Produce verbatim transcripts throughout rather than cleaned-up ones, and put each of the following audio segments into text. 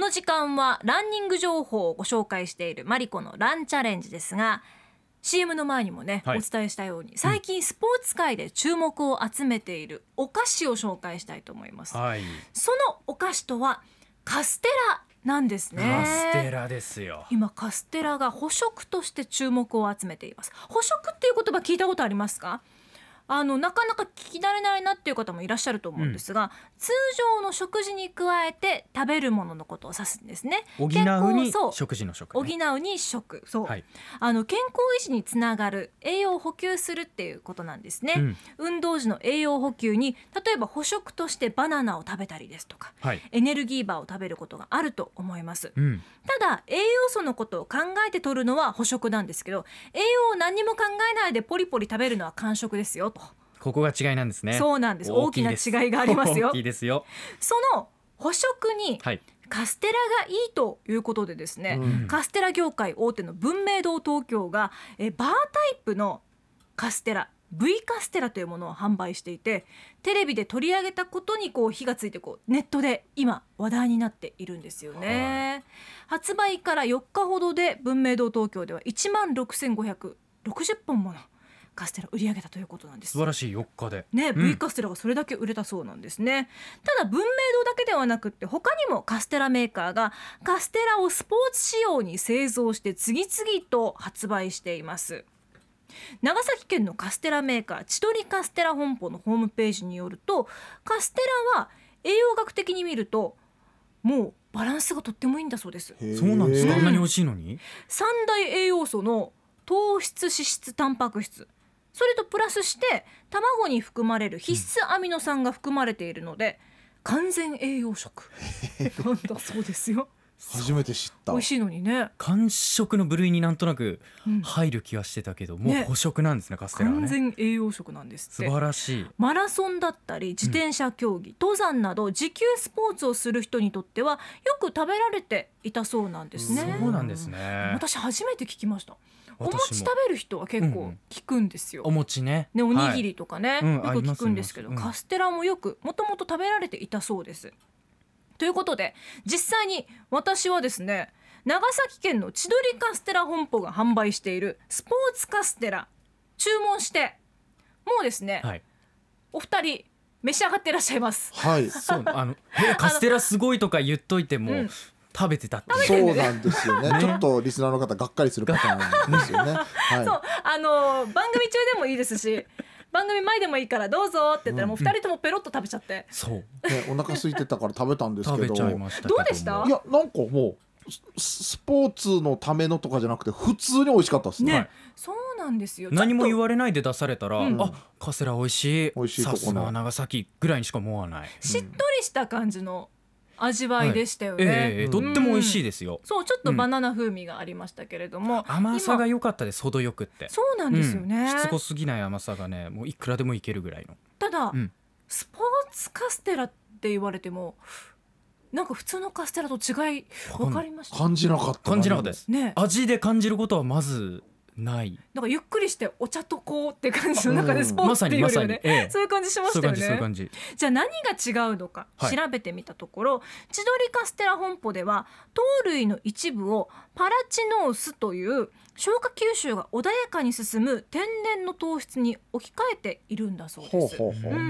の時間はランニング情報をご紹介しているマリコのランチャレンジですが、 シーエム の前にもね、 はいお伝えしたように最近スポーツ界で注目を集めているお菓子を紹介したいと思います、 はい、 そのお菓子とはカステラなんですね。 カステラですよ。 今カステラが補食として注目を集めています。補食っていう言葉聞いたことありますか？あのなかなか聞き慣れないなっていう方もいらっしゃると思うんですが、うん、通常の食事に加えて食べるもののことを指すんですね。 補うに食事の食、ね、 補うに食、そう、 はい、 あの健康維持につながる栄養を補給するっていうことなんですね、うん、運動時の栄養補給に例えば補食としてバナナを食べたりですとか、はい、エネルギーバーを食べることがあると思います、うん、ただ栄養素のことを考えて取るのは補食なんですけど、栄養を何にも考えないでポリポリ食べるのは間食ですよと。 ここが違いなんですね。 そうなんです。大きな違いがありますよ。 大きいですよ。 その補食にカステラがいいということでですね、うん、カステラ業界大手の文明堂東京がえバータイプのカステラ V カステラというものを販売していて、テレビで取り上げたことにこう火がついてこうネットで今話題になっているんですよね、はい、発売からよっかほどで文明堂東京ではいちまんろくせんごひゃくろくじゅっぽんものカステラ売り上げたということなんです。 素晴らしいよっかで、 ね、 うん、 V カステラがそれだけ売れたそうなんですね。ただ文明堂だけではなくって他にもカステラメーカーがカステラをスポーツ仕様に製造して次々と発売しています。長崎県のカステラメーカー千鳥カステラ本舗のホームページによると、カステラは栄養学的に見るともうバランスがとってもいいんだそうです。 そうなんですか、あんなに美味しいのに。 三大栄養素の糖質、脂質、タンパク質、それとプラスして卵に含まれる必須アミノ酸が含まれているので、うん、完全栄養食なんだそうですよ。 初めて知った。 美味しいのにね。 間食の部類になんとなく入る気はしてたけど、うん、もう補食なんですね、カステラはね。 完全栄養食なんですって。 素晴らしい。 マラソンだったり自転車競技、うん、登山など持久スポーツをする人にとってはよく食べられていたそうなんですね。 そうなんですね。 私初めて聞きました。お餅食べる人は結構聞くんですよ、 うん、お餅 ね, ねおにぎりとかね、はい、よく聞くんですけど、 うん、 カステラもよくもともと食べられていたそうです。ということで実際に私はですね、長崎県の千鳥カステラ本舗が販売しているスポーツカステラ注文して、もうですね、はい、お二人召し上がっていらっしゃいます。 はい、 そうあのカステラすごいとか言っといても、うん、食べてたっていう。 そうなんですよ ね, ねちょっとリスナーの方がっかりするパターンですよね、はい、 そうあの番組中でもいいですし番組前でもいいからどうぞって言ったらもうふたりともペロッと食べちゃって、 うん、そう、ね、 お腹空いてたから食べたんですけど食べちゃいましたけどどうでした？ いやなんかもうスポーツのためのとかじゃなくて普通に美味しかったです ね, ね。 そうなんですよ。 何も言われないで出されたら、うん、あカステラ美味しい、 美味しいとこね、 さすが長崎ぐらいにしか思わない、 しっとりした感じの味わいでしたよね、 はいえー、とっても美味しいですよ、 うん、そうちょっとバナナ風味がありましたけれども、 うん、甘さが良かったです。程よくって。 そうなんですよね、うん、 しつこすぎない甘さがね、もういくらでもいけるぐらいの。 ただ、 うん、 スポーツカステラって言われてもなんか普通のカステラと違い分かりました？ 感じなかった感じなかったです、 ね、 味で感じることはまずないなんかゆっくりしてお茶とこうって感じの中でスポーツっていうよりはね、 まさにまさに、ええ、 そういう感じしましたよね。 そういう感じそういう感じ。 じゃあ何が違うのか調べてみたところ、はい、千鳥カステラ本舗では糖類の一部をパラチノースという消化吸収が穏やかに進む天然の糖質に置き換えているんだそうです。 ほうほうほう、うん、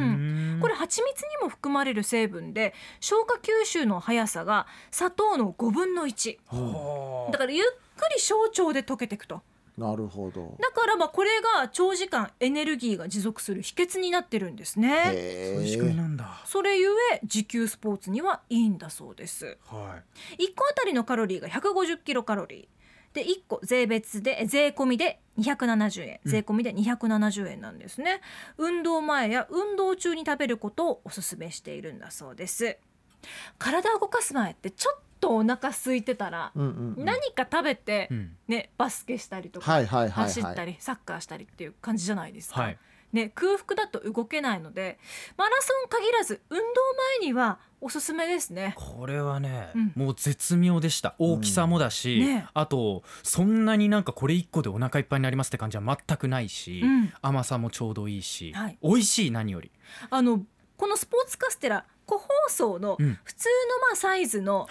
これ蜂蜜にも含まれる成分で消化吸収の速さが砂糖のごぶんのいち、だからゆっくり小腸で溶けていくと。 なるほど。 だからまあこれが長時間エネルギーが持続する秘訣になってるんですね。 へー、そういう仕組みなんだ。 それゆえ持久スポーツにはいいんだそうです、 はい、 いっこあたりのカロリーがひゃくごじゅっキロカロリーで、いっこ税別で税込みでにひゃくななじゅうえん、税込みでにひゃくななじゅうえんなんですね、うん、運動前や運動中に食べることをおすすめしているんだそうです。体を動かす前ってちょっとお腹空いてたら何か食べて、ね、バスケしたりとか走ったりサッカーしたりっていう感じじゃないですか、はいね、空腹だと動けないのでマラソン限らず運動前にはおすすめですね。 これはね、うん、もう絶妙でした。大きさもだし、 うんね、 あとそんなになんかこれいっこでお腹いっぱいになりますって感じは全くないし、うん、甘さもちょうどいいし、はい、美味しい。何よりあのこのスポーツカステラ個包装の普通のまあサイズの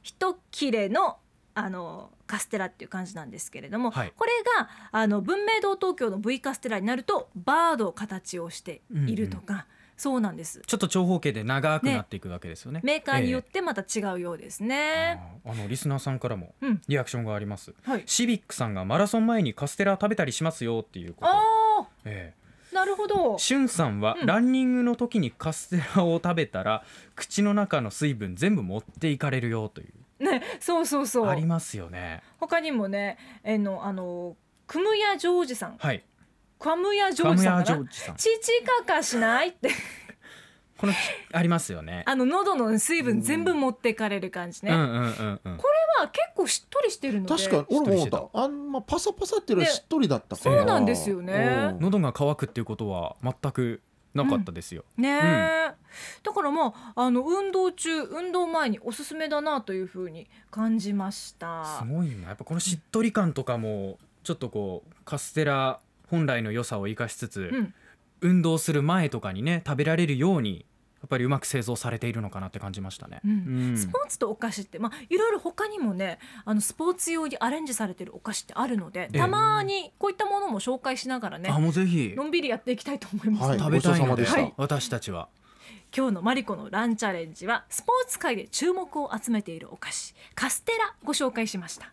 一切れのあのカステラっていう感じなんですけれども、 はい、 これがあの文明堂東京の V カステラになるとバード形をしているとか、うんうん、そうなんです。 ちょっと長方形で長くなっていくわけですよね。 メーカーによってまた違うようですね。 えー、ああのリスナーさんからもリアクションがあります、 うんはい、 シビックさんがマラソン前にカステラ食べたりしますよっていうこと。 あ、 えー、 なるほど。 しゅんさんは、うん、ランニングの時にカステラを食べたら口の中の水分全部持っていかれるよというね、そうそうそうありますよね。 他にもね、えのあのクムヤジョージさん、 はい、 クムヤジョージさんかな、 父かかしないってこのありますよね。 あの喉の水分全部持ってかれる感じね、 うんうんうんうん、 これは結構しっとりしてるので、 確かに俺も思った、あんまパサパサっていうよりしっとりだったから、 そうなんですよね。 喉が渇くっていうことは全くなかったですよ、 うん、ねえ、うん、だからまあ、あの運動中運動前におすすめだなというふうに感じました。 すごいな、やっぱこのしっとり感とかもちょっとこうカステラ本来の良さを生かしつつ、うん、運動する前とかにね食べられるようにやっぱりうまく製造されているのかなって感じましたね、 うんうん、スポーツとお菓子って、まあ、いろいろ他にもねあのスポーツ用にアレンジされてるお菓子ってあるので、たまにこういったものも紹介しながらね、 あもうぜひのんびりやっていきたいと思います、 はい、 食べたいので、 はい、 私たちは今日のマリコのランチャレンジはスポーツ界で注目を集めているお菓子カステラご紹介しました。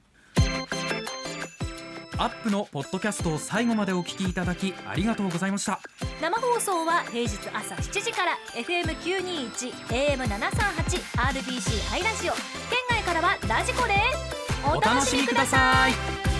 アップのポッドキャストを最後までお聞きいただきありがとうございました。 生放送は平日朝しちじから エフエムきゅうにいち エーエムななさんはち アールビーシー ハイラジオ、県外からはラジコです。 お楽しみください。